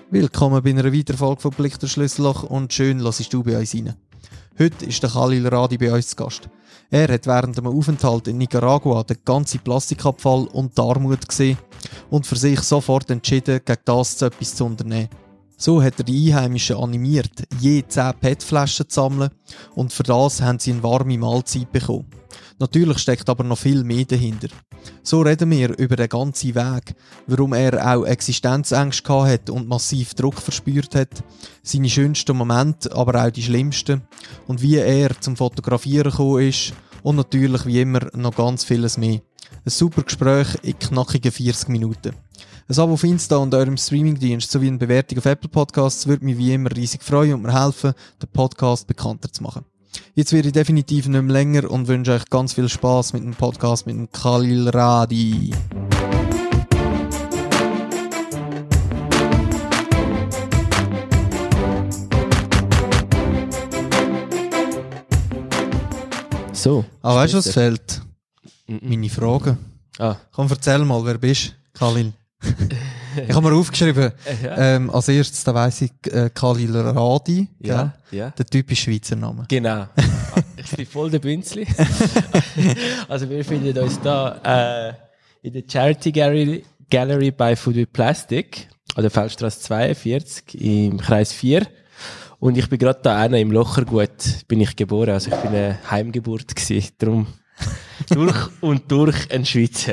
Willkommen bei einer weiteren Folge von Blick durch Schlüsselloch und schön hörst du bei uns rein. Heute ist der Khalil Radi bei uns zu Gast. Er hat während einem Aufenthalt in Nicaragua den ganzen Plastikabfall und die Armut gesehen und für sich sofort entschieden, gegen das etwas zu unternehmen. So hat er die Einheimischen animiert, je 10 PET-Flaschen zu sammeln und für das haben sie eine warme Mahlzeit bekommen. Natürlich steckt aber noch viel mehr dahinter. So reden wir über den ganzen Weg, warum er auch Existenzängste hatte und massiv Druck verspürt hat, seine schönsten Momente, aber auch die schlimmsten und wie er zum Fotografieren gekommen ist und natürlich wie immer noch ganz vieles mehr. Ein super Gespräch in knackigen 40 Minuten. Ein Abo auf Insta und eurem Streamingdienst sowie eine Bewertung auf Apple Podcasts würde mich wie immer riesig freuen und mir helfen, den Podcast bekannter zu machen. Jetzt werde ich definitiv nicht mehr länger und wünsche euch ganz viel Spass mit dem Podcast mit dem Khalil Radi. So. Weißt du, was fehlt? Meine Fragen. Komm, erzähl mal, wer bist du, Khalil? Ich habe mir aufgeschrieben, als erstes, da weiss ich, Khalil Radi. Ja. Der typische Schweizer Name. Genau. Ich bin voll der Bünzli. Also wir finden uns da in der Charity Gallery bei Food with Plastic an der Feldstrasse 42 im Kreis 4. Und ich bin gerade da im Lochergut bin ich geboren. Also ich bin eine Heimgeburt gewesen. Darum durch und durch ein Schweizer.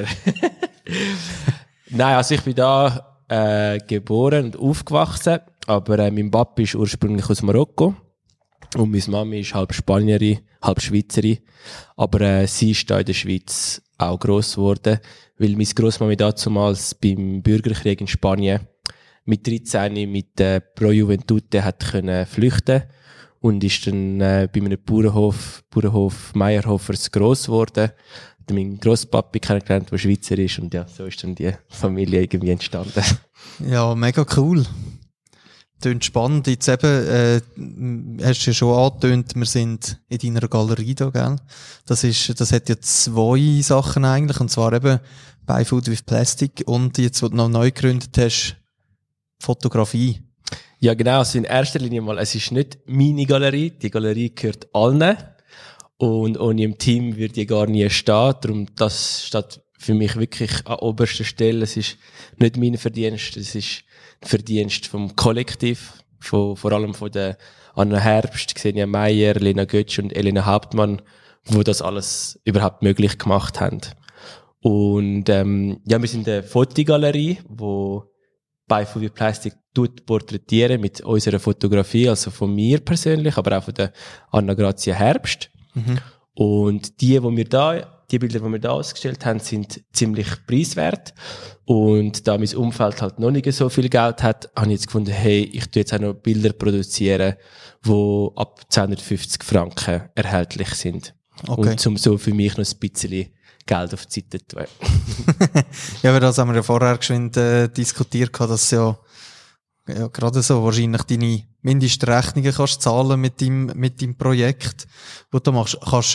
Nein, also ich bin da geboren und aufgewachsen, aber mein Papa ist ursprünglich aus Marokko und meine Mami ist halb Spanierin, halb Schweizerin, aber sie ist da in der Schweiz auch gross geworden, weil meine Grossmami damals beim Bürgerkrieg in Spanien mit 13 mit Pro Juventute hat können flüchten und ist dann bei einem Bauernhof Meyerhofers gross geworden. Mein Grosspapi kennengelernt, der Schweizer ist, und ja, so ist dann die Familie irgendwie entstanden. Ja, mega cool. Tönt spannend. Jetzt eben, hast du ja schon angetönt, wir sind in deiner Galerie da, gell? Das hat ja 2 Sachen eigentlich, und zwar eben bei Food with Plastic und jetzt, was du noch neu gegründet hast, Fotografie. Ja, genau. Also in erster Linie mal, es ist nicht meine Galerie, die Galerie gehört allen. Und ohne im Team würde ich gar nie stehen. Darum, das steht für mich wirklich an oberster Stelle. Es ist nicht mein Verdienst, es ist der Verdienst vom Kollektiv, vor allem von der Anna Herbst, Xenia Meyer, Lena Götsch und Elena Hauptmann, wo das alles überhaupt möglich gemacht haben. Und ja, wir sind eine Fotogalerie, wo bei Food with Plastic porträtieren mit unserer Fotografie, also von mir persönlich, aber auch von der Anna Grazia Herbst. Mhm. Und die Bilder, die wir da ausgestellt haben, sind ziemlich preiswert. Und da mein Umfeld halt noch nicht so viel Geld hat, habe ich jetzt gefunden, hey, ich tue jetzt auch noch Bilder produzieren, die ab 250 Franken erhältlich sind. Okay. Und um so für mich noch ein bisschen Geld auf die Seite zu tun. Ja, aber das haben wir ja vorher geschwind diskutiert, dass ja gerade so wahrscheinlich deine Mindestrechnungen kannst zahlen mit deinem Projekt, wo du machst. Kannst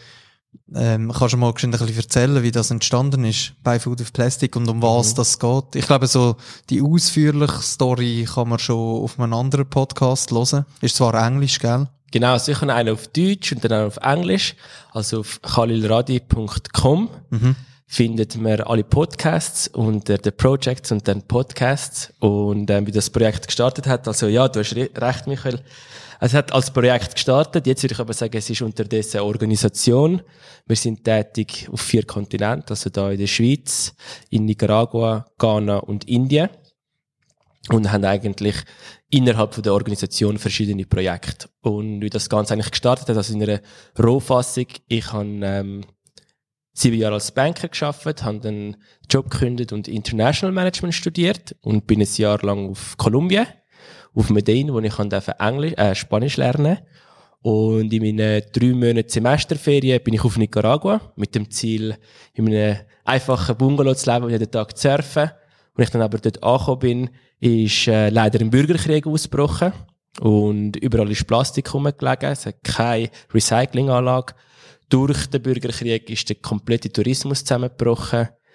du mal ein bisschen erzählen, wie das entstanden ist bei Food with Plastic und um was das geht? Ich glaube, so die ausführliche Story kann man schon auf einem anderen Podcast hören. Ist zwar Englisch, gell? Genau, also ich habe einen auf Deutsch und dann einen auf Englisch. Also auf khalilradi.com findet man alle Podcasts unter den Projects und dann Podcasts. Und wie das Projekt gestartet hat, also ja, du hast recht, Michael. Es hat als Projekt gestartet. Jetzt würde ich aber sagen, es ist unterdessen eine Organisation. Wir sind tätig auf 4 Kontinenten, also da in der Schweiz, in Nicaragua, Ghana und Indien. Und haben eigentlich innerhalb von der Organisation verschiedene Projekte. Und wie das Ganze eigentlich gestartet hat, also in einer Rohfassung, ich habe 7 Jahre als Banker gearbeitet, habe dann einen Job gekündigt und International Management studiert und bin ein Jahr lang auf Kolumbien, auf Medellin, wo ich Spanisch lernen. Und in meinen 3 Monaten Semesterferien bin ich auf Nicaragua mit dem Ziel, in einem einfachen Bungalow zu leben und jeden Tag zu surfen. Als ich dann aber dort angekommen bin, ist leider ein Bürgerkrieg ausgebrochen und überall ist Plastik rumgelegen, es hat keine Recyclinganlage. Durch den Bürgerkrieg ist der komplette Tourismus zusammengebrochen.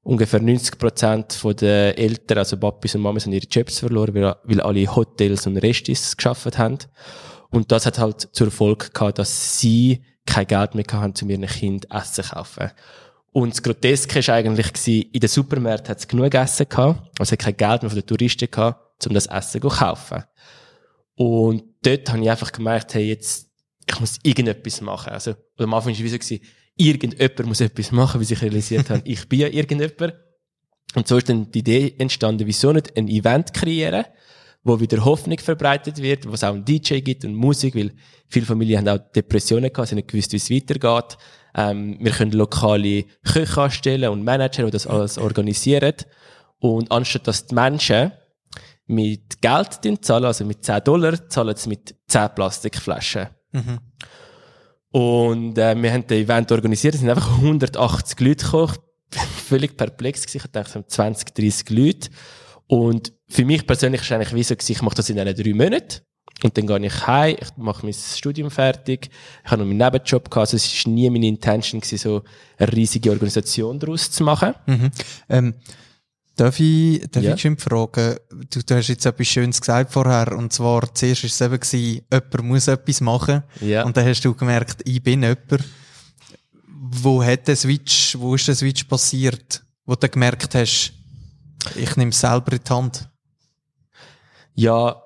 ungefähr 90% der Eltern, also Papis und Mamis, haben ihre Jobs verloren, weil alle Hotels und Restis geschafft haben. Und das hat halt zur Folge gehabt, dass sie kein Geld mehr hatten, um ihren Kind Essen zu kaufen. Und das Groteske war eigentlich, in den Supermärkten hat es genug Essen gehabt, also es hat kein Geld mehr von den Touristen gehabt, um das Essen zu kaufen. Und dort habe ich einfach gemerkt, hey, jetzt, ich muss irgendetwas machen. Also, am Anfang war es wie so, irgendjemand muss etwas machen, bis ich realisiert habe, ich bin ja irgendjemand. Und so ist dann die Idee entstanden, wieso nicht ein Event kreieren, wo wieder Hoffnung verbreitet wird, wo es auch einen DJ gibt und Musik, weil viele Familien haben auch Depressionen gehabt, sie haben nicht gewusst, wie es weitergeht. Wir können lokale Köche anstellen und Manager, die das alles organisieren. Und anstatt dass die Menschen mit Geld zahlen, also mit $10, zahlen sie mit 10 Plastikflaschen. Mhm. Und wir haben das Event organisiert, es sind einfach 180 Leute gekommen, völlig perplex gewesen, ich dachte, es sind 20, 30 Leute. Und für mich persönlich ist eigentlich wie so, ich mache das in diesen 3 Monaten. Und dann gehe ich heim, ich mache mein Studium fertig, ich habe noch meinen Nebenjob gehabt, also es war nie meine Intention gewesen, so eine riesige Organisation daraus zu machen. Mhm. Darf ich schon fragen, du hast jetzt etwas Schönes gesagt vorher, und zwar zuerst war es eben gewesen, jemand muss etwas machen, und dann hast du gemerkt, ich bin jemand. Wo ist der Switch passiert, wo du gemerkt hast, ich nehme es selber in die Hand? Ja,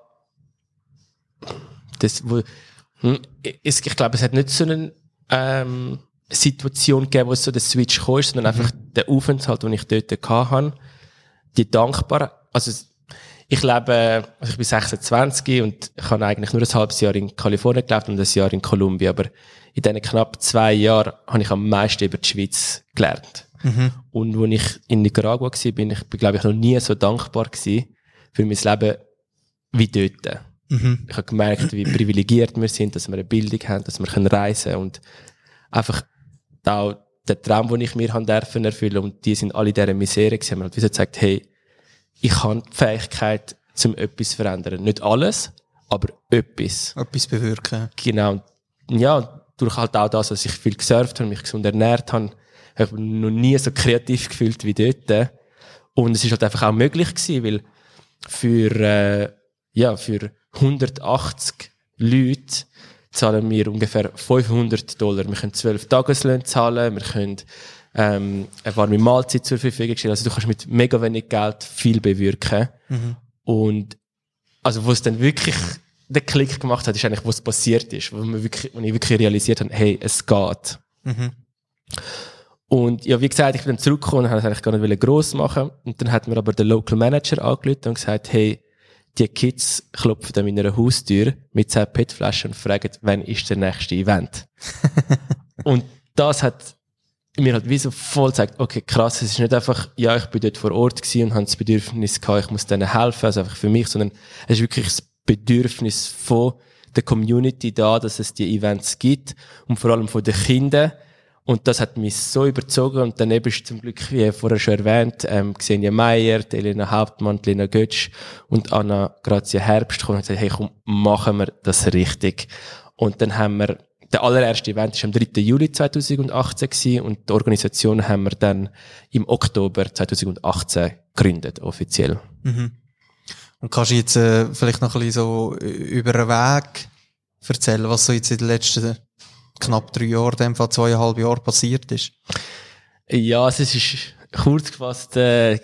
ich glaube, es hat nicht so eine Situation gegeben, wo es so der Switch kam, sondern einfach der Aufenthalt, den ich dort hatte, die dankbar. Also ich bin 26 und ich habe eigentlich nur ein halbes Jahr in Kalifornien gelebt und ein Jahr in Kolumbien, aber in diesen knapp 2 Jahren habe ich am meisten über die Schweiz gelernt. Mhm. Und als ich in Nicaragua war, bin ich, glaube ich, noch nie so dankbar gewesen für mein Leben wie dort. Mhm. Ich habe gemerkt, wie privilegiert wir sind, dass wir eine Bildung haben, dass wir reisen können und einfach auch der Traum, den ich mir erfüllen durfte, und die sind alle in dieser Misere gewesen, haben mir halt wie gesagt, hey, ich habe die Fähigkeit, zum etwas zu verändern. Nicht alles, aber etwas. Etwas bewirken. Genau. Ja, durch halt auch das, dass ich viel gesurft habe, mich gesund ernährt habe, habe ich mich noch nie so kreativ gefühlt wie dort. Und es ist halt einfach auch möglich gewesen, weil für 180 Leute zahlen wir ungefähr $500. Wir können 12 Tageslöhne zahlen, wir können eine warme Mahlzeit zur Verfügung stellen. Also du kannst mit mega wenig Geld viel bewirken. Mhm. Und also wo es dann wirklich den Klick gemacht hat, ist eigentlich, wo es passiert ist, wo ich wirklich realisiert habe, hey, es geht. Mhm. Und ja, wie gesagt, ich bin dann zurückgekommen und habe es eigentlich gar nicht gross machen. Und dann hat mir aber der Local Manager angerufen und gesagt, hey, die Kids klopfen an meiner Haustür mit 10 PET-Flaschen und fragen, wann ist der nächste Event? Und das hat mir halt wie so voll gezeigt, okay, krass, es ist nicht einfach, ja, ich bin dort vor Ort gewesen und habe das Bedürfnis gehabt, ich muss denen helfen, also einfach für mich, sondern es ist wirklich das Bedürfnis von der Community da, dass es die Events gibt und vor allem von den Kindern. Und das hat mich so überzogen. Und daneben ist zum Glück, wie vorher schon erwähnt, Xenia Meyer, Elena Hauptmann, Lena Götsch und Anna Grazia Herbst gekommen und gesagt, hey, komm, machen wir das richtig. Und dann haben wir, der allererste Event war am 3. Juli 2018 gewesen, und die Organisation haben wir dann im Oktober 2018 gegründet, offiziell. Mhm. Und kannst du jetzt vielleicht noch ein bisschen so über den Weg erzählen, was so jetzt in den letzten knapp 3 Jahren, in dem Fall 2,5 Jahre passiert ist? Ja, es ist kurz gefasst ein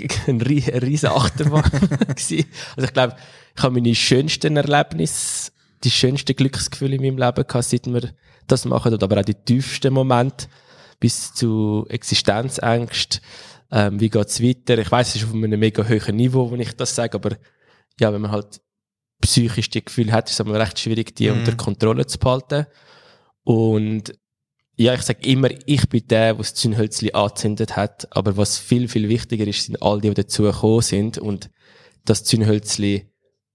riesen Achterbahn gewesen. Also ich glaube, ich habe meine schönsten Erlebnisse, die schönsten Glücksgefühle in meinem Leben gehabt, seit wir das machen, aber auch die tiefsten Momente bis zu Existenzängsten. Wie geht's weiter? Ich weiss, es ist auf einem mega hohen Niveau, wenn ich das sage, aber ja, wenn man halt psychisch die Gefühle hat, ist es aber recht schwierig, die unter Kontrolle zu behalten. Und ja, ich sage immer, ich bin der das Zündhölzli angezündet hat, aber was viel, viel wichtiger ist, sind all die dazu gekommen sind und das Zündhölzli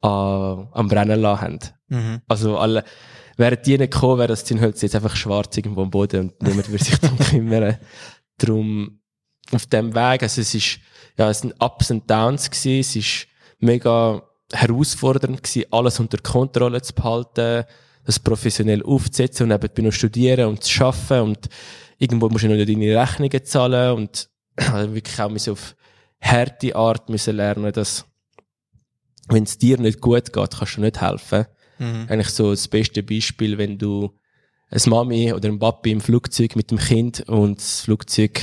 am Brennen lassen haben. Mhm. Also alle, wären die nicht gekommen, wäre das Zündhölzli jetzt einfach schwarz irgendwo am Boden und niemand würde sich darum kümmern. Darum auf dem Weg, also es sind Ups und Downs gewesen, es ist mega herausfordernd gewesen, alles unter Kontrolle zu behalten, das professionell aufzusetzen und nebenbei noch studieren und zu arbeiten und irgendwo musst du noch deine Rechnungen zahlen und also wirklich auch auf harte Art müssen lernen, dass wenn es dir nicht gut geht, kannst du nicht helfen. Eigentlich so das beste Beispiel, wenn du eine Mami oder ein Papi im Flugzeug mit dem Kind und das Flugzeug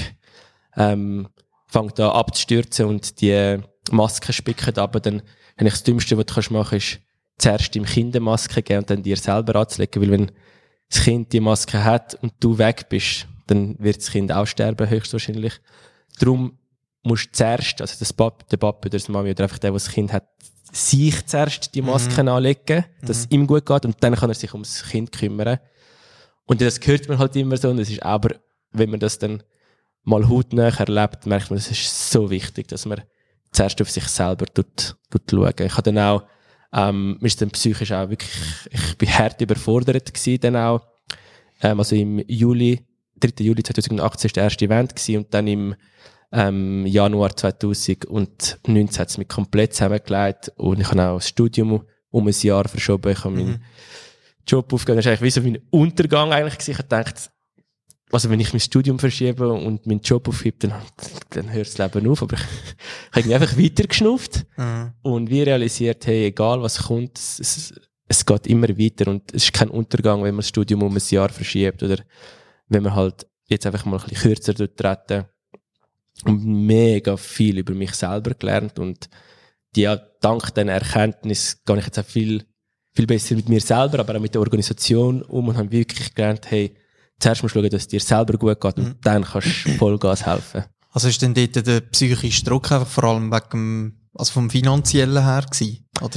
fängt an abzustürzen und die Maske spickt ab, dann eigentlich das Dümmste, was du machen kannst, ist zuerst dem Kind eine Maske geben und dann dir selber anzulegen, weil wenn das Kind die Maske hat und du weg bist, dann wird das Kind auch sterben, höchstwahrscheinlich. Darum musst du zuerst, also der Papi oder das Mami oder einfach der das Kind hat, sich zuerst die Masken anlegen, dass es ihm gut geht und dann kann er sich ums Kind kümmern. Und das hört man halt immer so und es ist aber, wenn man das dann mal hautnah erlebt, merkt man, es ist so wichtig, dass man zuerst auf sich selber schauen. Ich habe dann auch, mir ist dann psychisch auch wirklich, ich bin hart überfordert gewesen dann auch. Also im 3. Juli 2018 war der erste Event gewesen und dann im Januar 2019 hat es mich komplett zusammengelegt und ich habe auch das Studium um ein Jahr verschoben. Ich habe meinen Job aufgegeben. Das war eigentlich wie so mein Untergang eigentlich gewesen. Ich habe gedacht, also wenn ich mein Studium verschiebe und meinen Job aufhebe, dann hört das Leben auf. Aber ich habe einfach weitergeschnupft und wie realisiert, hey, egal was kommt, es geht immer weiter und es ist kein Untergang, wenn man das Studium um ein Jahr verschiebt oder wenn man halt jetzt einfach mal ein bisschen kürzer treten und mega viel über mich selber gelernt und dank dieser Erkenntnis gehe ich jetzt auch viel besser mit mir selber, aber auch mit der Organisation und habe wirklich gelernt, hey, zuerst musst du schauen, dass es dir selber gut geht und dann kannst du Vollgas helfen. Also ist denn dort der psychische Druck einfach vor allem vom Finanziellen her gewesen, oder?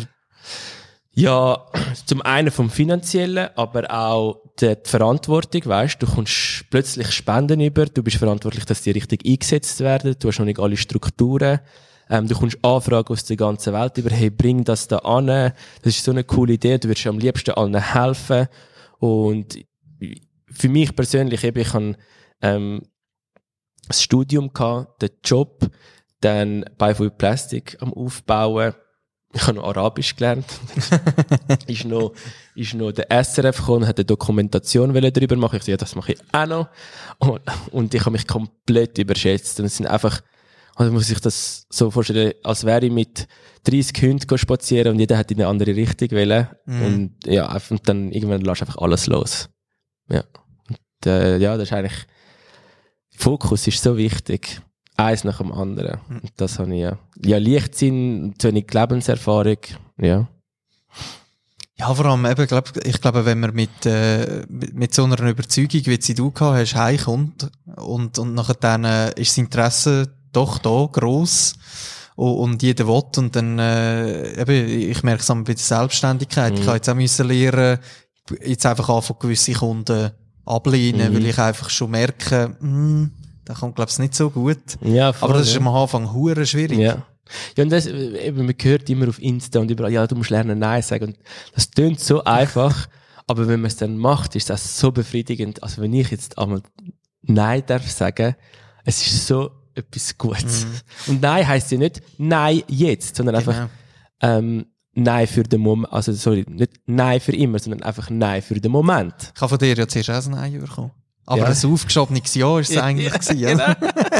Ja, zum einen vom Finanziellen, aber auch die Verantwortung, weisst, du kommst plötzlich Spenden über, du bist verantwortlich, dass die richtig eingesetzt werden, du hast noch nicht alle Strukturen, du kommst Anfragen aus der ganzen Welt über, hey, bring das da an, das ist so eine coole Idee, du wirst am liebsten allen helfen und für mich persönlich eben, ich habe das Studium gehabt, den Job, dann bei Full Plastic am Aufbauen. Ich habe noch Arabisch gelernt. ist noch der SRF gekommen, hat eine Dokumentation darüber machen. Ich so, ja, das mache ich auch noch. Und ich habe mich komplett überschätzt. Und es sind einfach, also muss ich das so vorstellen, als wäre ich mit 30 Hunden spazieren und jeder hat in eine andere Richtung wollen. Und ja, und dann irgendwann lässt einfach alles los. Ja. Und, das ist eigentlich, Fokus ist so wichtig. Eins nach dem anderen. Und das habe ich ja. Leichtsinn, zu wenig Lebenserfahrung, ja. Ja, vor allem eben, ich glaube, wenn man mit so einer Überzeugung, wie du gehabt hast, heimkommt und nachher dann ist das Interesse doch da, gross und jeder will und dann eben, ich merke es bei der Selbstständigkeit, ich habe jetzt auch müssen lernen, jetzt einfach anfangen gewisse Kunden ablehnen, weil ich einfach schon merke, das kommt, glaube ich, nicht so gut. Ja, voll, aber das ist am Anfang hure schwierig. Ja, und das, eben, man hört immer auf Insta und überall, ja, du musst lernen, Nein sagen. Und das klingt so einfach, aber wenn man es dann macht, ist das so befriedigend. Also wenn ich jetzt einmal Nein darf sagen, es ist so etwas Gutes. Und Nein heisst ja nicht Nein jetzt, sondern einfach Nein für den Moment, also sorry, nicht Nein für immer, sondern einfach Nein für den Moment. Ich habe von dir ja zuerst auch ein Nein bekommen. Aber ein aufgeschobenes Ja war es eigentlich gewesen, ja.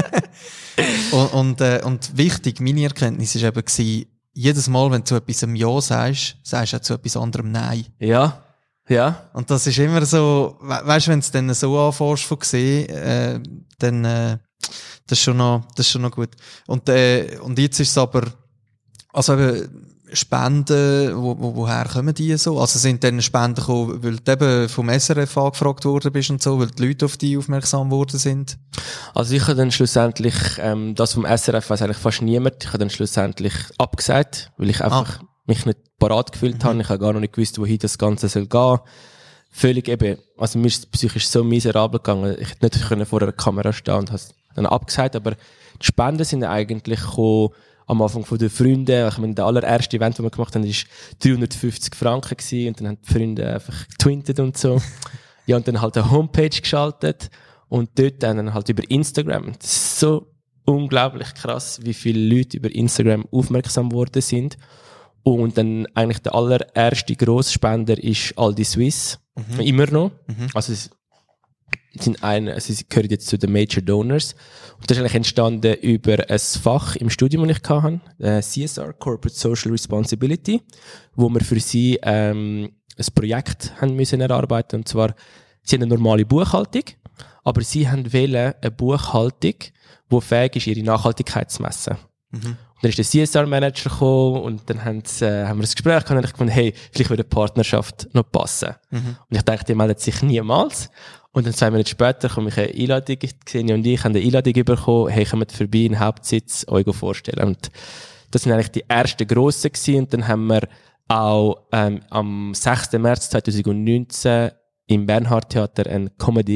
Und wichtig, meine Erkenntnis war eben gewesen, jedes Mal, wenn du zu etwas Ja sagst du auch zu etwas anderem Nein. Ja. Ja. Und das ist immer so, weißt du, wenn du es dann so anfängst von gesehen, dann, das ist schon noch gut. Und jetzt ist es aber, also eben, Spenden, woher kommen die so? Also sind dann Spenden gekommen, weil du eben vom SRF angefragt worden bist und so, weil die Leute auf dich aufmerksam worden sind? Also ich habe dann schlussendlich, das vom SRF weiss eigentlich fast niemand, ich habe dann schlussendlich abgesagt, weil ich einfach mich nicht parat gefühlt habe, ich habe gar noch nicht gewusst, wohin das Ganze soll gehen. Völlig eben, also mir ist es psychisch so miserabel gegangen, ich hätte nicht vor einer Kamera stehen und habe es dann abgesagt, aber die Spenden sind eigentlich gekommen, am Anfang von den Freunden, ich meine, der allererste Event, den wir gemacht haben, war 350 Franken gewesen, und dann haben die Freunde einfach getwintet und so. Ja, und dann halt eine Homepage geschaltet und dort dann halt über Instagram. Das ist so unglaublich krass, wie viele Leute über Instagram aufmerksam worden sind. Und dann eigentlich der allererste Grossspender ist Aldi Swiss. Immer noch. Also sie gehören jetzt zu den Major Donors. Und das ist eigentlich entstanden über ein Fach im Studium, das ich hatte, CSR, Corporate Social Responsibility, wo wir für sie ein Projekt haben müssen erarbeiten. Und zwar, sie haben eine normale Buchhaltung, aber sie wollten eine Buchhaltung, die fähig ist, ihre Nachhaltigkeit zu messen. Mhm. Und dann ist der CSR-Manager gekommen und dann haben wir ein Gespräch gehabt und ich gefunden, hey, vielleicht würde eine Partnerschaft noch passen. Mhm. Und ich dachte, die meldet sich niemals. Und dann 2 Monate später komme ich eine Einladung, Xenia und ich haben eine Einladung bekommen, hey, kommt vorbei in den Hauptsitz, euch vorstellen. Und das sind eigentlich die ersten grossen gewesen. Und dann haben wir auch am 6. März 2019 im Bernhard Theater ein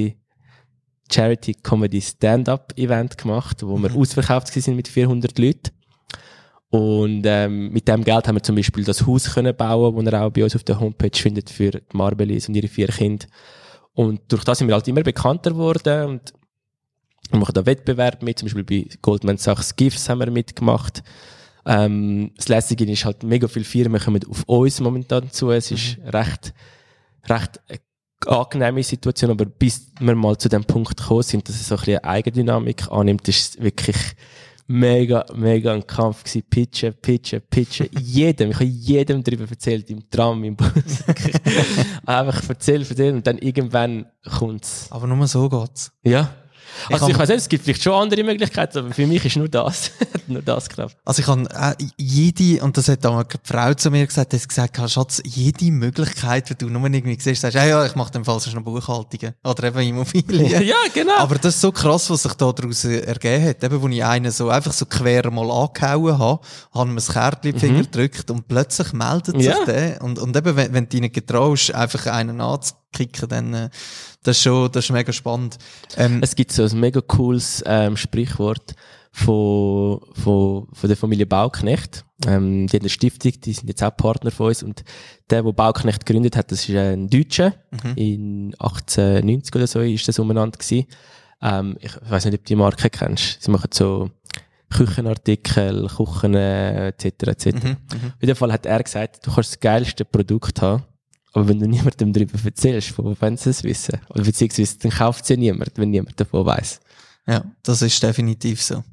Charity Comedy Stand-up Event gemacht, wo wir ausverkauft sind mit 400 Leuten. Und mit dem Geld haben wir zum Beispiel das Haus können bauen, das ihr auch bei uns auf der Homepage findet für die Marbelis und ihre 4 Kinder. Und durch das sind wir halt immer bekannter geworden und wir machen da Wettbewerbe mit, zum Beispiel bei Goldman Sachs GIFs haben wir mitgemacht. Das Lässige ist halt, mega viele Firmen kommen auf uns momentan zu. Es ist recht angenehme Situation, aber bis wir mal zu dem Punkt gekommen sind, dass es so ein bisschen eine Eigendynamik annimmt, ist es wirklich mega ein Kampf gewesen. Pitchen. Ich habe jedem darüber erzählt, im Tram, im Bus. Einfach erzählen und dann irgendwann kommt's. Aber nur so geht's. Ja. Also ich weiß nicht, es gibt vielleicht schon andere Möglichkeiten, aber für mich ist nur das Kraft. Also ich habe jede, und das hat auch die Frau zu mir gesagt, hat gesagt, Schatz, jede Möglichkeit, wenn du nur irgendwie siehst, sagst, ja, ich mache dann Fall noch Buchhaltungen. Oder eben Immobilien. Ja, genau. Aber das ist so krass, was sich da daraus ergeben hat. Eben, wo ich einen so einfach so quer mal angehauen habe ihm ein Kärtchen in den Finger gedrückt und plötzlich meldet sich der. Und eben, wenn du dich nicht getraust, einfach einen anzukicken, dann, das ist mega spannend. Es gibt so ein mega cooles Sprichwort von der Familie Bauknecht. Die haben eine Stiftung, die sind jetzt auch Partner von uns. Und der Bauknecht gegründet hat, das ist ein Deutscher. In 1890 oder so ist das umeinander gewesen. Ich weiss nicht, ob du die Marke kennst. Sie machen so Küchenartikel, Kuchen etc. Auf jeden Fall hat er gesagt, du kannst das geilste Produkt haben, aber wenn du niemandem darüber erzählst, von wo wollen sie es wissen? Oder beziehungsweise, dann kauft es ja niemand, wenn niemand davon weiss. Ja, das ist definitiv so.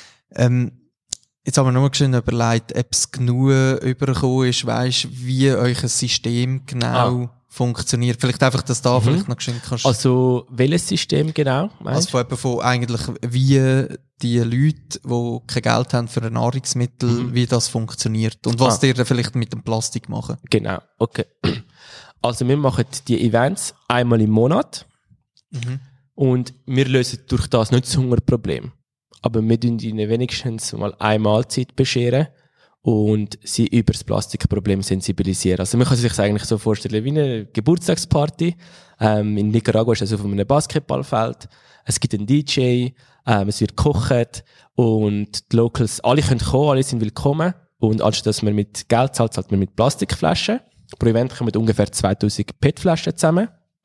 Jetzt haben wir nur schön überlegt, ob es genug übergekommen ist, weisst, wie euch ein System genau funktioniert. Vielleicht einfach, dass da vielleicht noch schön kannst. Also, welches System genau? Also von eigentlich, wie die Leute, die kein Geld haben für ein Nahrungsmittel, wie das funktioniert. Und was die vielleicht mit dem Plastik machen. Genau, okay. Also wir machen die Events einmal im Monat und wir lösen durch das nicht das Hungerproblem. Aber wir tun ihnen wenigstens mal eine Mahlzeit bescheren und sie über das Plastikproblem sensibilisieren. Also man kann sich das eigentlich so vorstellen wie eine Geburtstagsparty. In Nicaragua ist das auf einem Basketballfeld. Es gibt einen DJ, es wird gekocht und die Locals, alle können kommen, alle sind willkommen. Und anstatt dass man mit Geld zahlt, zahlt man mit Plastikflaschen. Pro Event kommen ungefähr 2000 PET-Flaschen zusammen.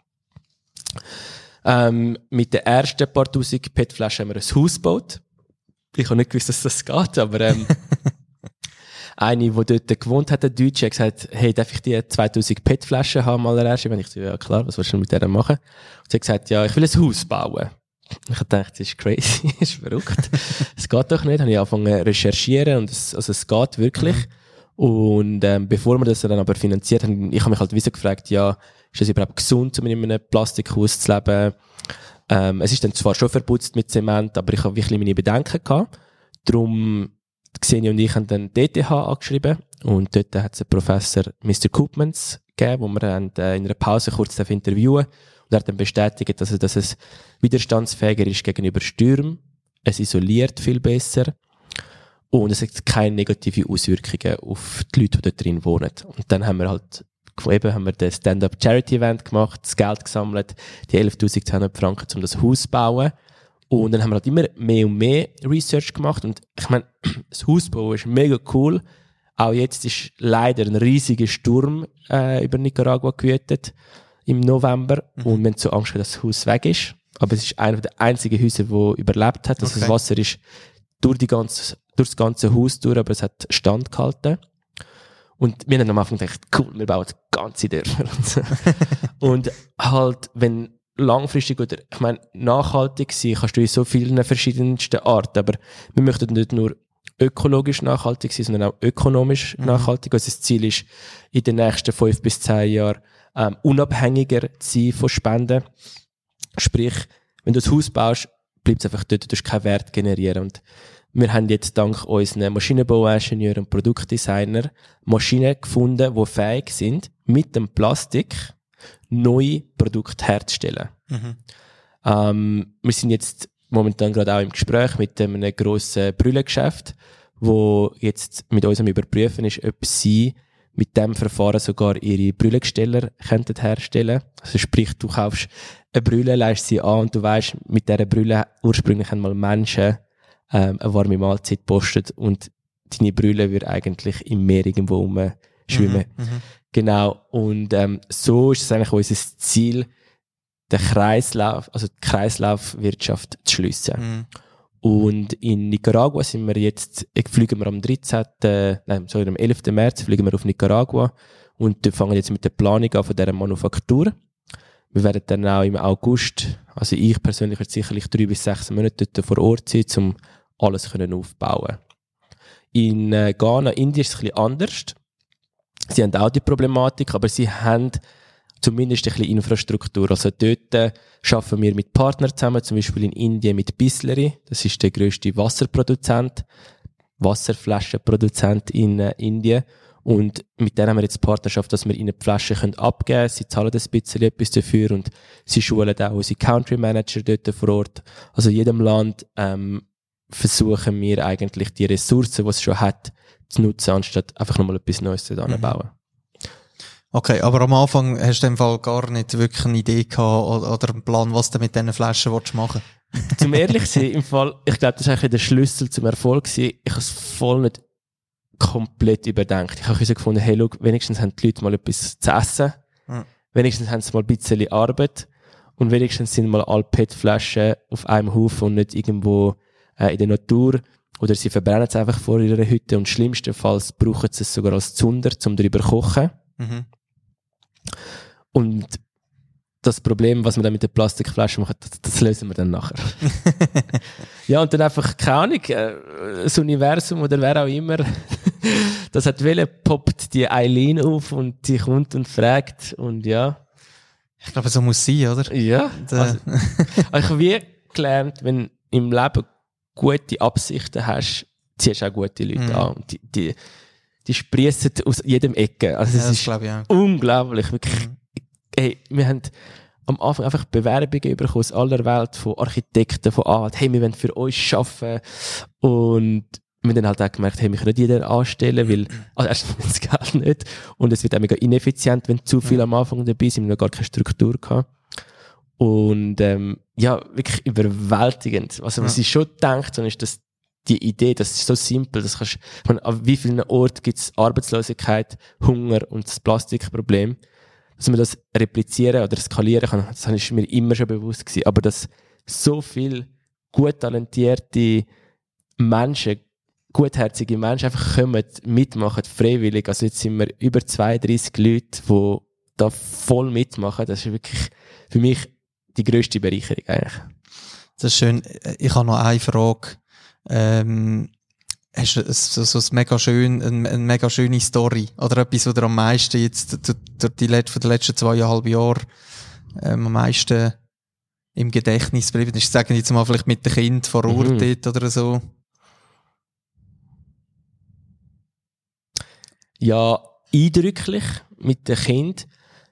Mit den ersten paar tausend PET-Flaschen haben wir ein Haus gebaut. Ich habe nicht gewusst, dass das geht, aber eine, die dort gewohnt hat, ein Deutscher, hat gesagt, hey, darf ich die 2000 PET-Flaschen haben, allererst? Wenn ich so, ja klar, was willst du mit denen machen? Und sie hat gesagt, ja, ich will ein Haus bauen. Ich habe gedacht, das ist crazy, das ist verrückt. Es geht doch nicht. Habe ich angefangen zu recherchieren und es geht wirklich. Und bevor wir das dann aber finanziert haben, ich habe mich halt wie so gefragt, ja, ist das überhaupt gesund, um in einem Plastikhaus zu leben? Es ist dann zwar schon verputzt mit Zement, aber ich habe wirklich meine Bedenken gehabt. Darum, Xenia und ich haben dann DTH angeschrieben und dort hat es einen Professor Mr. Koopmans gegeben, wo wir in einer Pause kurz interviewen und er hat dann bestätigt, dass es widerstandsfähiger ist gegenüber Stürmen, es isoliert viel besser und es hat keine negativen Auswirkungen auf die Leute, die dort drin wohnen. Und dann haben wir den Stand-Up Charity Event gemacht, das Geld gesammelt, die 11.200 Franken, um das Haus zu bauen. Und dann haben wir halt immer mehr und mehr Research gemacht. Und ich meine, das Hausbau ist mega cool. Auch jetzt ist leider ein riesiger Sturm über Nicaragua gewütet im November. Und wir haben so Angst, dass das Haus weg ist. Aber es ist einer der einzigen Häuser, die überlebt hat. Also das Wasser ist durch das ganze Haus durch, aber es hat standgehalten. Und wir haben am Anfang gedacht, cool, wir bauen ganze Dörfer. Und halt, wenn langfristig oder, ich meine, nachhaltig sein kannst du in so vielen verschiedensten Arten, aber wir möchten nicht nur ökologisch nachhaltig sein, sondern auch ökonomisch nachhaltig. Also das Ziel ist, in den nächsten 5 bis 10 Jahren unabhängiger zu sein von Spenden. Sprich, wenn du das Haus baust, bleibt es einfach dort, du darfst keinen Wert generieren. Und wir haben jetzt dank unseren Maschinenbauingenieuren und Produktdesignern Maschinen gefunden, die fähig sind, mit dem Plastik neue Produkte herzustellen. Wir sind jetzt momentan gerade auch im Gespräch mit einem grossen Brüllengeschäft, wo jetzt mit uns am Überprüfen ist, ob sie mit dem Verfahren sogar ihre Brüllengesteller könnten herstellen. Also sprich, du kaufst eine Brille, leihst sie an und du weisst, mit dieser Brille ursprünglich einmal Menschen eine warme Mahlzeit postet und deine Brille würde eigentlich im Meer irgendwo rumschwimmen. Genau. Und so ist es eigentlich unser Ziel, den Kreislauf, also die Kreislaufwirtschaft zu schliessen. Und in Nicaragua fliegen wir am 11. März fliegen wir auf Nicaragua und fangen jetzt mit der Planung an von dieser Manufaktur. Wir werden dann auch im August, also ich persönlich werde sicherlich 3 bis 6 Monate dort vor Ort sein, um alles aufbauen. In Ghana, Indien ist es ein bisschen anders. Sie haben auch die Problematik, aber sie haben zumindest ein bisschen Infrastruktur. Also dort arbeiten wir mit Partnern zusammen, zum Beispiel in Indien mit Bisleri. Das ist der grösste Wasserflaschenproduzent in Indien. Und mit denen haben wir jetzt die Partnerschaft, dass wir ihnen die Flaschen abgeben können. Sie zahlen ein bisschen etwas dafür und sie schulen auch unsere Country Manager dort vor Ort. Also in jedem Land versuchen wir eigentlich die Ressourcen, die es schon hat, zu nutzen, anstatt einfach nochmal etwas Neues zu bauen. Okay, aber am Anfang hast du im Fall gar nicht wirklich eine Idee gehabt oder einen Plan, was du mit diesen Flaschen machen willst? Zum ehrlich sein, im Fall, ich glaube, das war eigentlich der Schlüssel zum Erfolg gewesen. Ich habe es voll nicht komplett überdenkt. Ich habe gefunden, hey, schau, wenigstens haben die Leute mal etwas zu essen. Wenigstens haben sie mal ein bisschen Arbeit. Und wenigstens sind mal alle PET-Flaschen auf einem Haufen und nicht irgendwo in der Natur. Oder sie verbrennen es einfach vor ihrer Hütte und schlimmstenfalls brauchen sie es sogar als Zunder, um darüber zu kochen. Und das Problem, was wir dann mit den Plastikflaschen machen, das lösen wir dann nachher. Ja, und dann einfach, keine Ahnung, das Universum oder wer auch immer, das hat poppt die Eileen auf und sie kommt und fragt und ja. Ich glaube, so muss es sein, oder? Ja. Also ich habe wie gelernt, wenn im Leben gute Absichten hast, ziehst du auch gute Leute an. Und die sprießen aus jedem Ecke. Also es ist unglaublich. Wirklich. Hey, wir haben am Anfang einfach Bewerbungen bekommen aus aller Welt, von Architekten, von Anwälten. Hey, wir wollen für euch arbeiten. Und wir haben dann halt auch gemerkt, hey, wir können jeden anstellen, weil, also erstens das Geld nicht. Und es wird auch mega ineffizient, wenn zu viel am Anfang dabei sind, wir noch gar keine Struktur gehabt. Und, ja, wirklich überwältigend. Also, was ich schon gedacht habe, ist, dass die Idee, das ist so simpel, das kannst, ich meine, an wie vielen Orten gibt es Arbeitslosigkeit, Hunger und das Plastikproblem, dass man das replizieren oder skalieren kann, das ist mir immer schon bewusst gewesen. Aber dass so viele gut talentierte Menschen, gutherzige Menschen einfach kommen, mitmachen, freiwillig. Also jetzt sind wir über 32 Leute, die da voll mitmachen. Das ist wirklich für mich die grösste Bereicherung eigentlich. Das ist schön. Ich habe noch eine Frage. Hast du so ein mega eine mega schöne Story oder etwas, was dir am meisten jetzt durch die letzten 2,5 Jahre am meisten im Gedächtnis bleibt? Ich sage jetzt mal vielleicht mit dem Kind vor Ort dort oder so. Ja, eindrücklich mit dem Kind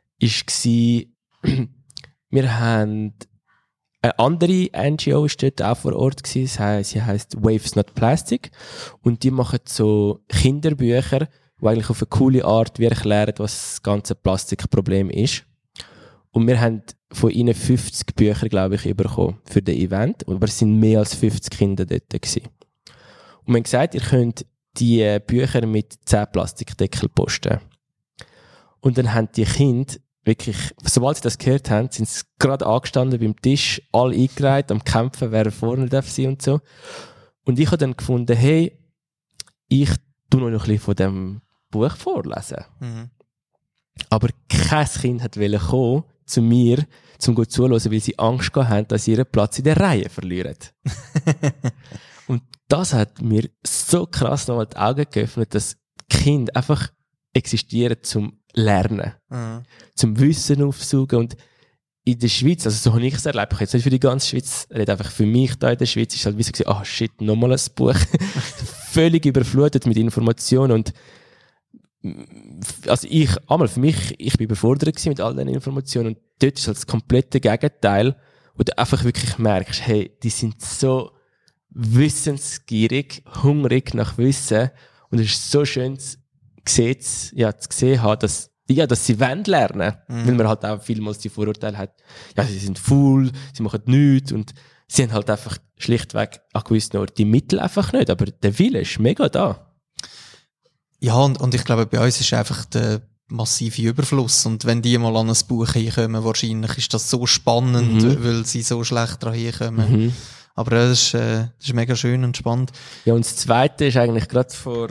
war, wir haben eine andere NGO ist dort auch vor Ort gewesen. Sie heisst Waves Not Plastic. Und die machen so Kinderbücher, die eigentlich auf eine coole Art wie erklären, was das ganze Plastikproblem ist. Und wir haben von ihnen 50 Bücher, glaube ich, bekommen für das Event. Aber es sind mehr als 50 Kinder dort gewesen. Und wir haben gesagt, ihr könnt die Bücher mit 10 Plastikdeckel posten. Und dann haben die Kinder wirklich, sobald sie das gehört haben, sind sie gerade angestanden beim Tisch, alle eingereiht, am Kämpfen, wer vorne darf sein und so. Und ich habe dann gefunden, hey, ich tue noch ein bisschen von diesem Buch vorlesen. Aber kein Kind wollte kommen, zu mir, zum gut zuhören, weil sie Angst gehabt haben, dass sie ihren Platz in der Reihe verlieren. Und das hat mir so krass nochmal die Augen geöffnet, dass Kinder einfach existieren zum Lernen, zum Wissen aufsaugen. Und in der Schweiz, also so habe ich es erlebt, ich jetzt nicht für die ganze Schweiz, ich rede einfach für mich da in der Schweiz, ist halt wie so gewesen, shit, nochmal ein Buch. Völlig überflutet mit Informationen und also für mich, ich bin überfordert gewesen mit all diesen Informationen und dort ist halt das komplette Gegenteil, wo du einfach wirklich merkst, hey, die sind so wissensgierig, hungrig nach Wissen und es ist so schön zu sehen haben, dass sie lernen wollen, weil man halt auch vielmals die Vorurteile hat, ja, sie sind faul, sie machen nichts und sie haben halt einfach schlichtweg an gewissen Orten die Mittel einfach nicht, aber der Wille ist mega da. Ja, und ich glaube, bei uns ist einfach der massive Überfluss und wenn die mal an ein Buch hinkommen, wahrscheinlich ist das so spannend, weil sie so schlecht daran hinkommen. Aber das ist mega schön und spannend. Ja, und das Zweite ist eigentlich gerade vor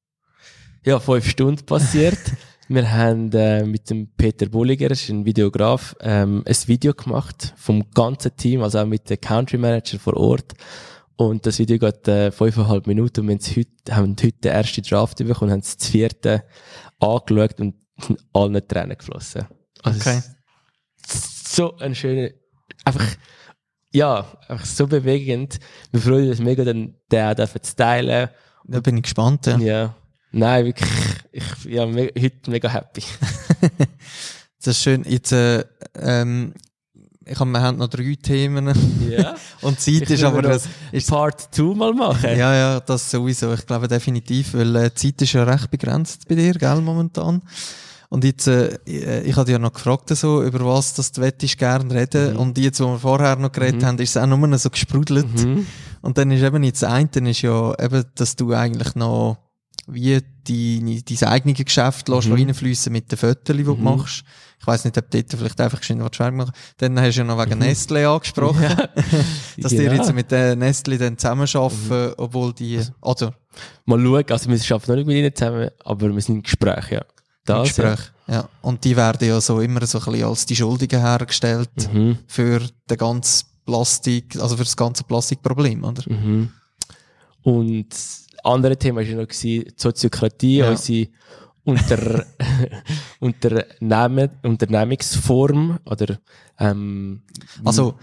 5 Stunden passiert. Wir haben mit dem Peter Bulliger, das ist ein Videograf, ein Video gemacht vom ganzen Team, also auch mit dem Country Manager vor Ort. Und das Video geht 5,5 Minuten und wir haben heute den ersten Draft bekommen, haben das 4. angeschaut und sind allen Tränen geflossen. Also okay. So ein schöner, einfach so bewegend. Wir freuen uns mega, den auch zu teilen. Da bin ich gespannt, ja. Ja. Nein, wirklich, heute mega happy. Das ist schön. Jetzt, wir haben noch 3 Themen. Ja. Und Zeit ist aber... Part 2 mal machen. Ja, das sowieso. Ich glaube definitiv, weil Zeit ist ja recht begrenzt bei dir, gell, momentan. Und jetzt, ich hatte ja noch gefragt, so, über was das du wettest gerne reden. Und jetzt, wo wir vorher noch geredet haben, ist es auch nur so gesprudelt. Und dann ist eben jetzt das eine, ist ja eben, dass du eigentlich noch wie dein eigenes Geschäft lässt reinfliessen mit den Fotos, die du machst. Ich weiss nicht, ob du dort vielleicht einfach schnell was machen. Dann hast du ja noch wegen Nestlé angesprochen. Ja. Dass ihr jetzt mit der Nestlé dann zusammenarbeiten, obwohl die... Also. Mal schauen, also wir arbeiten noch nicht mit ihnen zusammen, aber wir sind im Gespräch, ja. Ja. Und die werden ja so immer so ein bisschen als die Schuldigen hergestellt für den ganzen Plastik, also für das ganze Plastikproblem, oder? Und das andere Thema war ja noch die Soziokratie, unsere Unternehmungsform, oder, also,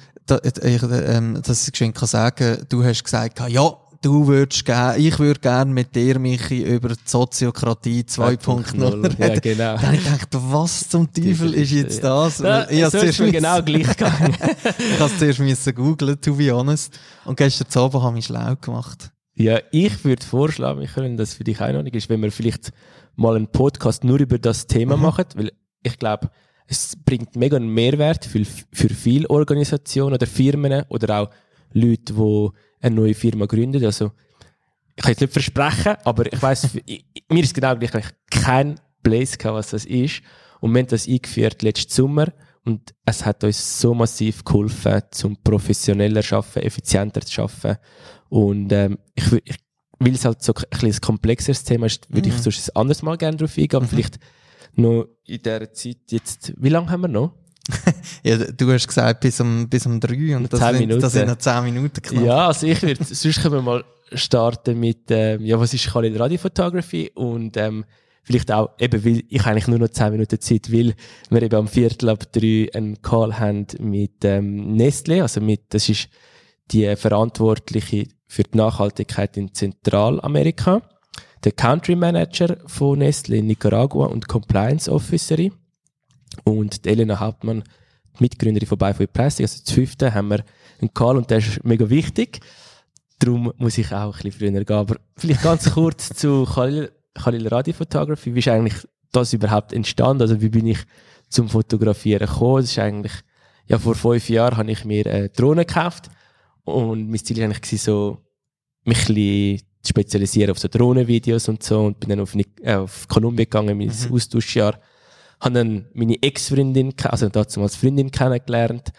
dass ich geschwind kann sagen, du hast gesagt, ja, ich würde gerne mit dir, Michi, über die Soziokratie 2.0 reden. Ja, genau. Dann habe ich gedacht, was zum Teufel ist jetzt das? So ist mir genau gleich gegangen. Ich musste es zuerst googlen, to be honest. Und gestern Abend habe ich schlau gemacht. Ja, ich würde vorschlagen, Michael, dass für dich auch noch nicht ist, wenn wir vielleicht mal einen Podcast nur über das Thema machen, weil ich glaube, es bringt mega einen Mehrwert für viele Organisationen oder Firmen oder auch Leute, die eine neue Firma gründet. Also, ich kann jetzt nicht versprechen, aber ich weiss, mir ist genau gleich, kein Place gehabt, was das ist. Und wir haben das eingeführt letzten Sommer und es hat uns so massiv geholfen, zum professioneller zu arbeiten, effizienter zu arbeiten. Und weil es halt so ein komplexeres Thema ist, würde ich sonst ein anderes Mal gerne drauf eingehen. Vielleicht noch in dieser Zeit jetzt, wie lange haben wir noch? Ja, du hast gesagt, bis um 3 und das sind noch 10 Minuten knapp. Ja, also sonst können wir mal starten mit, was ist Khalil Radio Photography und vielleicht auch, eben, weil ich eigentlich nur noch 10 Minuten Zeit will, wir eben am 2:45 einen Call haben mit Nestlé, also das ist die Verantwortliche für die Nachhaltigkeit in Zentralamerika, der Country Manager von Nestlé in Nicaragua und Compliance Officerin und die Elena Hauptmann, die Mitgründerin von Buy for Plastic. Also zum 5. haben wir einen Call und der ist mega wichtig. Darum muss ich auch ein bisschen früher gehen. Aber vielleicht ganz kurz zu Khalil Radio Photography. Wie ist eigentlich das überhaupt entstanden? Also wie bin ich zum Fotografieren gekommen? Das ist eigentlich, vor 5 Jahren habe ich mir eine Drohne gekauft und mein Ziel war eigentlich so, mich ein bisschen zu spezialisieren auf so Drohnenvideos und so und bin dann auf Kolumbien gegangen, mein Austauschjahr. Habe dann meine Ex-Freundin, also damals Freundin kennengelernt,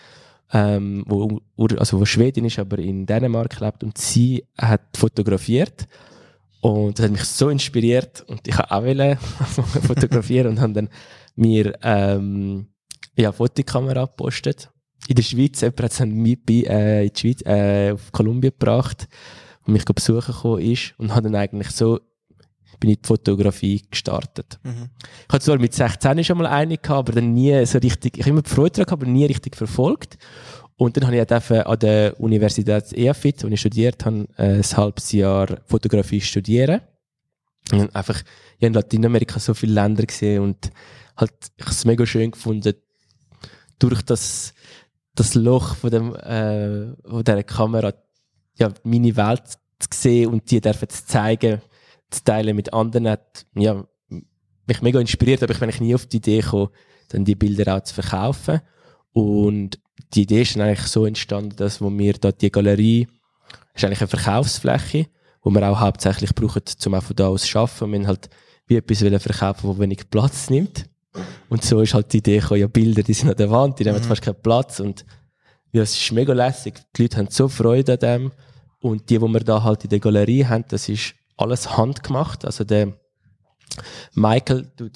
wo Schwedin ist, aber in Dänemark lebt und sie hat fotografiert und das hat mich so inspiriert und ich wollte auch fotografieren und habe dann mir Fotokamera gepostet. In der Schweiz, jemand hat es in die Schweiz, auf Kolumbien gebracht, wo mich besuchen gekommen ist und hat dann eigentlich so, bin ich die Fotografie gestartet. Ich hatte zwar mit 16 schon mal eine gehabt, aber dann nie so richtig, ich habe immer die Freude daran gehabt, aber nie richtig verfolgt. Und dann habe ich auch an der Universität EFIT, wo ich studiert habe, ein halbes Jahr Fotografie studieren. Und einfach, ich habe in Lateinamerika so viele Länder gesehen und halt, ich habe es mega schön gefunden, durch das Loch von dieser Kamera, ja, meine Welt zu sehen und die dürfen zu zeigen, zu teilen mit anderen, hat, ja, mich mega inspiriert, aber ich bin eigentlich nie auf die Idee gekommen, dann die Bilder auch zu verkaufen. Und die Idee ist dann eigentlich so entstanden, dass wir da die Galerie, ist eigentlich eine Verkaufsfläche, die wir auch hauptsächlich brauchen, um auch von da aus zu arbeiten. Und wir haben halt wie etwas verkaufen, das wenig Platz nimmt. Und so ist halt die Idee gekommen, ja, Bilder, die sind an der Wand, die nehmen fast keinen Platz. Und ja, es ist mega lässig. Die Leute haben so Freude an dem. Und die wir da halt in der Galerie haben, das ist alles handgemacht. Also der Michael tut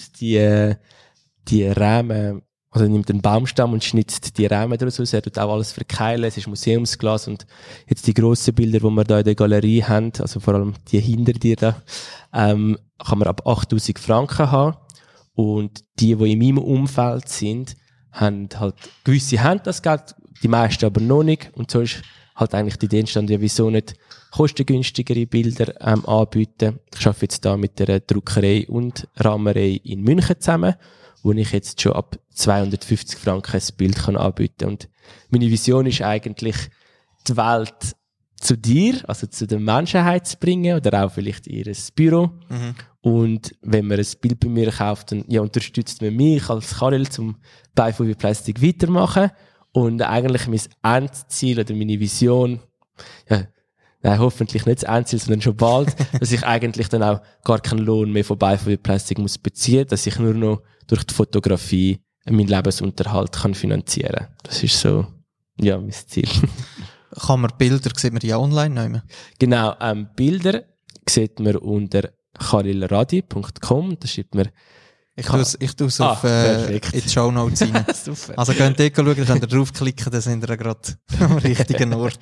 die Rahmen, also nimmt einen Baumstamm und schnitzt die Rahmen daraus aus. Er tut auch alles verkeilen. Es ist Museumsglas. Und jetzt die grossen Bilder, die wir da in der Galerie haben, also vor allem die hinter dir da, kann man ab 8'000 Franken haben. Und die in meinem Umfeld sind, haben halt, gewisse haben das Geld, die meisten aber noch nicht. Und so ist halt eigentlich die Idee entstanden, ja, wieso nicht kostengünstigere Bilder anbieten. Ich arbeite jetzt da mit der Druckerei und Ramerei in München zusammen, wo ich jetzt schon ab 250 Franken ein Bild kann anbieten kann. Und meine Vision ist eigentlich, die Welt zu dir, also zu der Menschheit zu bringen oder auch vielleicht in ihr Büro. Und wenn man ein Bild bei mir kauft, dann ja, unterstützt man mich als Khalil zum Bifolded Plastic weitermachen. Und eigentlich mein Endziel oder meine Vision, ja, nein, hoffentlich nicht das Endziel, sondern schon bald, dass ich eigentlich dann auch gar keinen Lohn mehr von Bifolded Plastic muss beziehen, dass ich nur noch durch die Fotografie meinen Lebensunterhalt kann finanzieren. Das ist so, ja, mein Ziel. Kann man Bilder, sieht man die auch online nehmen? Genau, Bilder sieht man unter khalilradi.com, da schreibt man. Ich tue es auf in die Shownotes rein. Super. Also könnt ihr schauen, könnt ihr draufklicken, dann sind ihr gerade am richtigen Ort.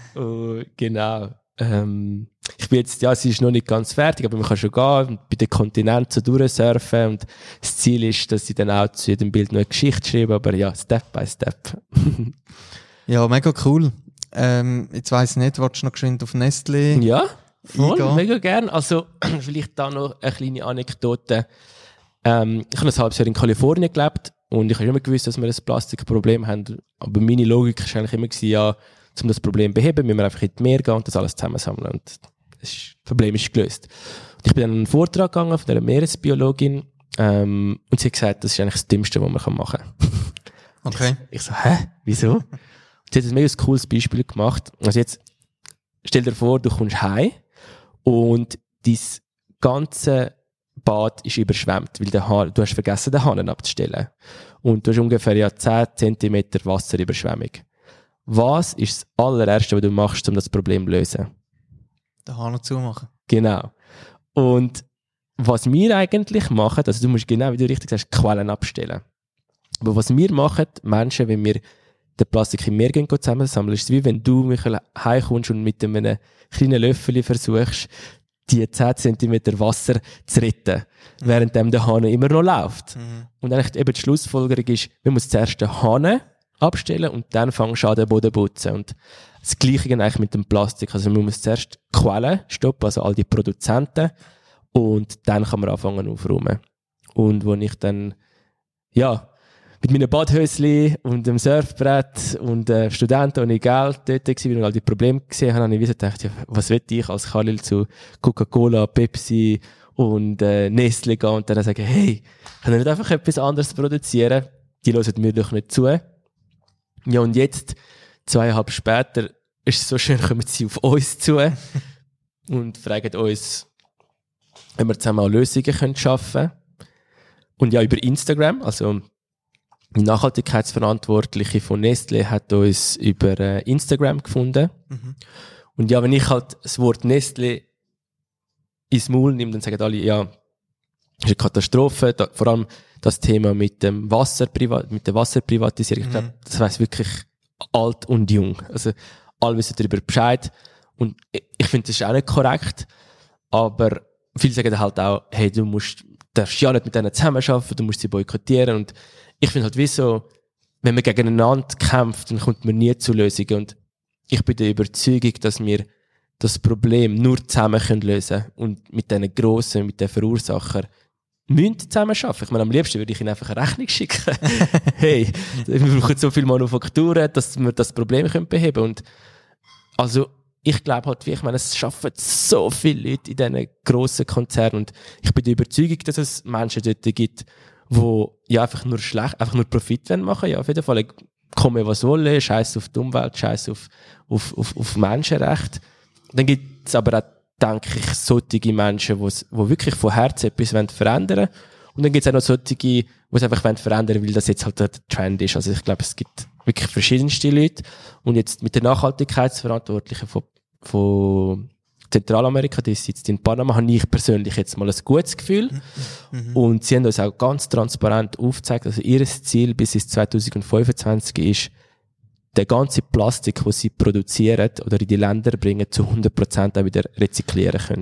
Genau. Ich bin jetzt, ja, sie ist noch nicht ganz fertig, aber man kann schon gehen und bei den Kontinenten so durchsurfen und das Ziel ist, dass ich dann auch zu jedem Bild noch eine Geschichte schreibe, aber ja, Step by Step. Ja, mega cool. Jetzt weiss ich nicht, willst du noch geschwind auf Nestlé? Ja, voll, eingehen? mega gern. Also, vielleicht da noch eine kleine Anekdote. Ich habe ein halbes Jahr in Kalifornien gelebt und ich habe immer gewusst, dass wir ein Plastikproblem haben. Aber meine Logik war eigentlich immer, ja, um das Problem zu beheben, müssen wir einfach in die Meer gehen und das alles zusammensammeln. Und das Problem ist gelöst. Und ich bin dann an einen Vortrag gegangen von einer Meeresbiologin und sie hat gesagt, das ist eigentlich das Dümmste, was man machen kann. Okay. Ich so, wieso? Und sie hat ein mega cooles Beispiel gemacht. Also jetzt, stell dir vor, du kommst heim und dein ganze Bad ist überschwemmt, weil du hast vergessen, den Hahn abzustellen. Und du hast ungefähr 10 cm Wasserüberschwemmung. Was ist das allererste, was du machst, um das Problem zu lösen? Den Hahn zumachen. Genau. Und was wir eigentlich machen, also du musst genau, wie du richtig sagst, Quellen abstellen. Aber was wir machen, Menschen, wenn wir den Plastik im Meer zusammensammeln, ist es wie wenn du, Michael, heimkommst und mit einem kleinen Löffel versuchst, die 10 cm Wasser zu retten, während der Hahn immer noch läuft. Und eigentlich eben die Schlussfolgerung ist, wir müssen zuerst den Hahn abstellen und dann fangst du an, den Boden zu putzen. Und das Gleiche eigentlich mit dem Plastik. Also man muss zuerst die Quellen stoppen, also all die Produzenten, und dann kann man anfangen aufräumen. Und wo ich dann, ja, mit meinen Badhösli und dem Surfbrett und Studenten ohne Geld dort war und all die Probleme gesehen habe, habe ich gedacht, ja, was will ich als Khalil zu Coca-Cola, Pepsi und Nestle gehen und dann sagen, hey, können wir nicht einfach etwas anderes produzieren? Die hören mir doch nicht zu. Ja, und jetzt, 2 Jahre später, ist es so schön, kommen sie auf uns zu und fragen uns, ob wir zusammen auch Lösungen schaffen können. Und ja, über Instagram, also die Nachhaltigkeitsverantwortliche von Nestlé hat uns über Instagram gefunden. Und ja, wenn ich halt das Wort Nestlé ins Maul nehme, dann sagen alle, ja, ist eine Katastrophe. Vor allem das Thema mit der Wasserprivatisierung. Ich glaube, das weiss wirklich alt und jung. Also, alle wissen darüber Bescheid. Und ich finde, das ist auch nicht korrekt. Aber viele sagen halt auch, hey, darfst ja nicht mit denen zusammenarbeiten, du musst sie boykottieren. Und ich finde halt, wieso, wenn man gegeneinander kämpft, dann kommt man nie zu Lösungen. Und ich bin der Überzeugung, dass wir das Problem nur zusammen lösen können. Und mit diesen Grossen, mit den Verursachern, müssen zusammen arbeiten. Ich meine, am liebsten würde ich ihnen einfach eine Rechnung schicken. Hey, wir brauchen so viele Manufakturen, dass wir das Problem beheben können. Und also, ich glaube halt, ich meine, es schaffen so viele Leute in diesen grossen Konzernen. Und ich bin der Überzeugung, dass es Menschen dort gibt, die ja einfach nur Profit machen wollen. Ja, auf jeden Fall, komme was wollen, scheiß auf die Umwelt, scheiß auf Menschenrechte. Dann gibt es aber auch, denke ich, solche Menschen, die wirklich von Herzen etwas verändern wollen. Und dann gibt es auch noch solche, die es einfach verändern wollen, weil das jetzt halt der Trend ist. Also ich glaube, es gibt wirklich verschiedenste Leute. Und jetzt mit den Nachhaltigkeitsverantwortlichen von Zentralamerika, die sitzt in Panama, habe ich persönlich jetzt mal ein gutes Gefühl. Und sie haben uns auch ganz transparent aufgezeigt, also ihr Ziel bis 2025 ist, der ganze Plastik, den sie produzieren oder in die Länder bringen, zu 100% auch wieder rezyklieren können.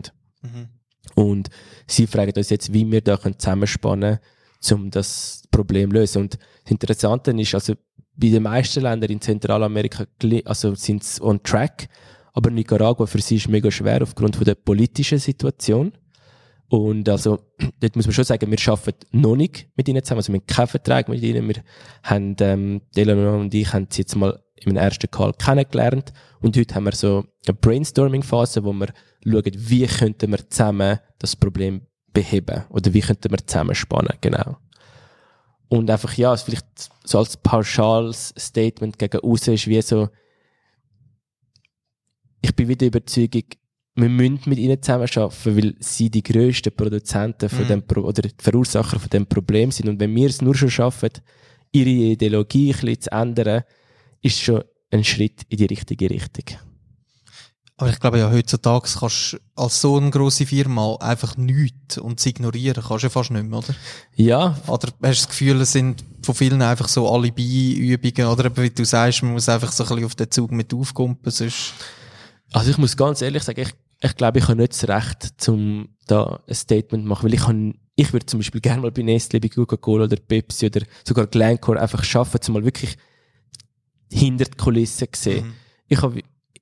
Und sie fragen uns jetzt, wie wir da zusammenspannen können, um das Problem zu lösen. Und das Interessante ist, also bei den meisten Ländern in Zentralamerika also sind sie on track, aber Nicaragua für sie ist mega schwer aufgrund von der politischen Situation. Und also, dort muss man schon sagen, wir arbeiten noch nicht mit ihnen zusammen, also wir haben keinen Vertrag mit ihnen. Wir haben, Delano und ich haben sie jetzt mal in einem ersten Call kennengelernt und heute haben wir so eine Brainstorming-Phase, wo wir schauen, wie könnten wir zusammen das Problem beheben oder wie könnten wir zusammenspannen, genau. Und einfach, ja, es vielleicht so als pauschales Statement gegen aussen ist wie so, ich bin wieder Überzeugung, wir müssen mit ihnen zusammenarbeiten, weil sie die grössten Produzenten von dem oder die Verursacher von dem Problem sind. Und wenn wir es nur schon schaffen, ihre Ideologie ein bisschen zu ändern, ist schon ein Schritt in die richtige Richtung. Aber ich glaube ja, heutzutage kannst du als so eine grosse Firma einfach nichts und sie ignorieren kannst du ja fast nicht mehr, oder? Ja. Oder hast du das Gefühl, es sind von vielen einfach so Alibi-Übungen, oder wie du sagst, man muss einfach so ein bisschen auf den Zug mit aufkumpen, sonst... Also ich muss ganz ehrlich sagen, ich glaube, ich habe nicht das Recht, um da ein Statement zu machen, weil ich würde zum Beispiel gerne mal bei Nestle, bei Coca-Cola oder Pepsi oder sogar Glencore einfach schaffen, um mal wirklich hinter die Kulissen zu sehen. Ich habe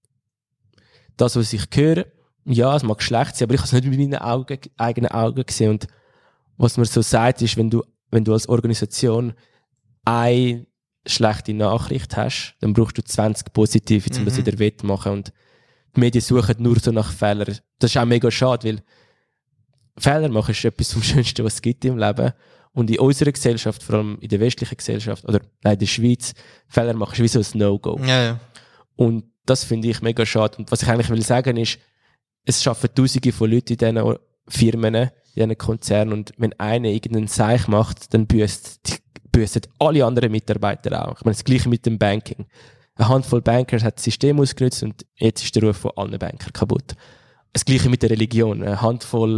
das, was ich höre, ja, es mag schlecht sein, aber ich habe es nicht mit meinen eigenen Augen gesehen. Und was man so sagt, ist, wenn du als Organisation eine schlechte Nachricht hast, dann brauchst du 20 positive, um das wieder wettmachen. Und die Medien suchen nur so nach Fehlern. Das ist auch mega schade, weil Fehler machen ist etwas vom Schönsten, was es gibt im Leben. Und in unserer Gesellschaft, vor allem in der westlichen Gesellschaft, oder in der Schweiz, Fehler machen ist wie so ein No-Go. Ja. Und das finde ich mega schade. Und was ich eigentlich will sagen ist, es schaffen Tausende von Leuten in diesen Firmen, in diesen Konzernen. Und wenn einer irgendeinen Seich macht, dann büssen alle anderen Mitarbeiter auch. Ich meine, das Gleiche mit dem Banking. Eine Handvoll Banker hat das System ausgenutzt und jetzt ist der Ruf von allen Bankern kaputt. Das Gleiche mit der Religion. Eine Handvoll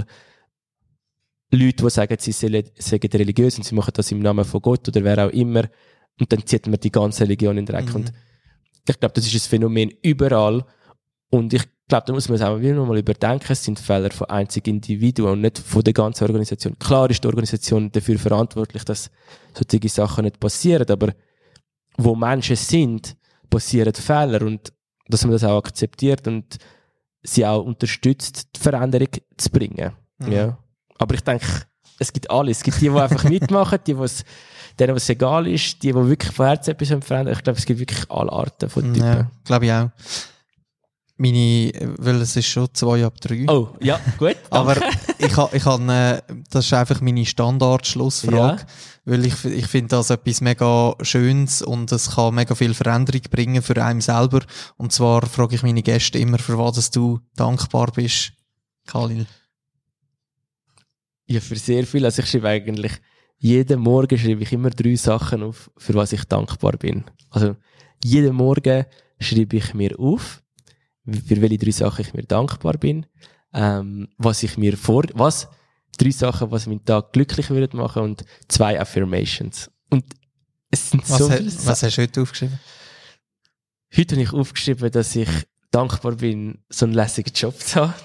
Leute, die sagen, sie seien religiös und sie machen das im Namen von Gott oder wer auch immer. Und dann zieht man die ganze Religion in den Dreck. Und ich glaube, das ist ein Phänomen überall. Und ich glaube, da muss man es auch wieder mal überdenken. Es sind Fehler von einzigen Individuen und nicht von der ganzen Organisation. Klar ist die Organisation dafür verantwortlich, dass solche Sachen nicht passieren. Aber wo Menschen sind, passieren Fehler. Und dass man das auch akzeptiert und sie auch unterstützt, die Veränderung zu bringen. Ja. Aber ich denke, es gibt alles. Es gibt die einfach mitmachen, denen was egal ist, die wirklich von Herzen etwas verändern. Ich glaube, es gibt wirklich alle Arten von Typen. Ja, glaube ich auch. Weil es ist schon 2:03. Oh, ja, gut. Aber ich habe, das ist einfach meine Standard-Schlussfrage. Ja. Weil ich finde das etwas mega Schönes und es kann mega viel Veränderung bringen für einen selber. Und zwar frage ich meine Gäste immer, für was du dankbar bist, Khalil. Ja, für sehr viel. Also ich schreibe eigentlich, jeden Morgen schreibe ich immer 3 Sachen auf, für was ich dankbar bin. Also jeden Morgen schreibe ich mir auf, für welche 3 Sachen ich mir dankbar bin, was 3 Sachen, was meinen Tag glücklich würden machen und 2 Affirmations. Und es sind so viele Sachen. Was hast du heute aufgeschrieben? Heute habe ich aufgeschrieben, dass ich dankbar bin, so einen lässigen Job zu haben.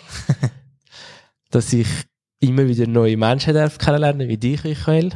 Dass ich immer wieder neue Menschen kennenlernen wie dich, Michael.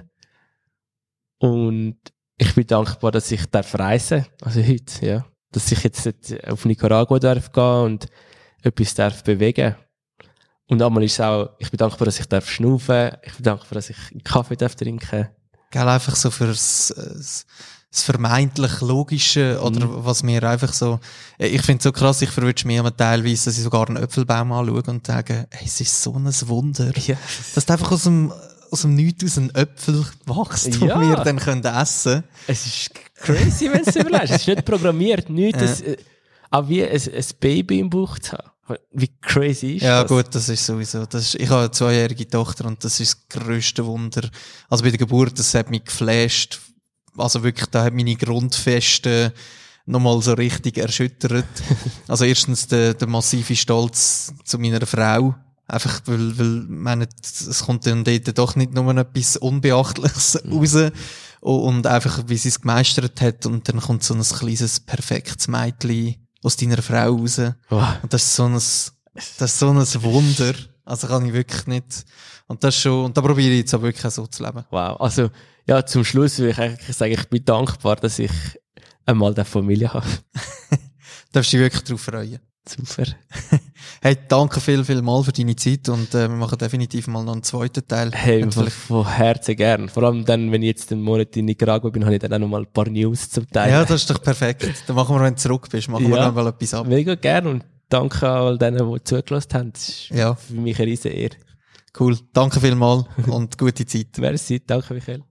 Und ich bin dankbar, dass ich reisen darf. Also heute, ja. Dass ich jetzt auf Nicaragua darf gehen und etwas bewegen. Und einmal ist es auch, ich bin dankbar, dass ich schnaufen darf. Ich bin dankbar, dass ich einen Kaffee trinken darf. Gell, einfach so für das vermeintlich Logische oder was mir einfach so, ich finde es so krass, ich verwünsche mir immer teilweise, dass ich sogar einen Äpfelbaum anschaue und sage, hey, es ist so ein Wunder, dass du einfach aus dem Nichts aus einem Äpfel wächst, den wir dann essen können. Es ist crazy, wenn du es überlegst. Es ist nicht programmiert, nichts, auch wie ein Baby im Bauch zu haben. Wie crazy ist das? Ja gut, das ist sowieso. Ich habe eine 2-jährige Tochter und das ist das grösste Wunder. Also bei der Geburt, das hat mich geflasht. Also wirklich, da hat meine Grundfeste nochmal so richtig erschüttert. Also erstens der massive Stolz zu meiner Frau. Einfach, weil meine, es kommt dann dort doch nicht nur etwas Unbeachtliches raus. Und einfach, wie sie es gemeistert hat. Und dann kommt so ein kleines, perfektes Mädchen aus deiner Frau raus. Wow. Und das ist so ein Wunder. Also kann ich wirklich nicht. Und das schon, und da probiere ich jetzt auch wirklich auch so zu leben. Wow. Also, ja, zum Schluss will ich eigentlich sagen, ich bin dankbar, dass ich einmal eine Familie habe. Darfst dich wirklich darauf freuen. Super. Hey, danke viel mal für deine Zeit und wir machen definitiv mal noch einen zweiten Teil. Hey, von Herzen gern. Vor allem dann, wenn ich jetzt einen Monat in Nicaragua bin, habe ich dann auch noch mal ein paar News zum Teil. Ja, das ist doch perfekt. Dann machen wir, wenn du zurück bist, wir dann mal etwas ab. Mega gern und danke an all denen, die zugelassen haben. Das ist für mich eine riesen Ehre. Cool. Danke vielmals und gute Zeit. Merci, danke Michael.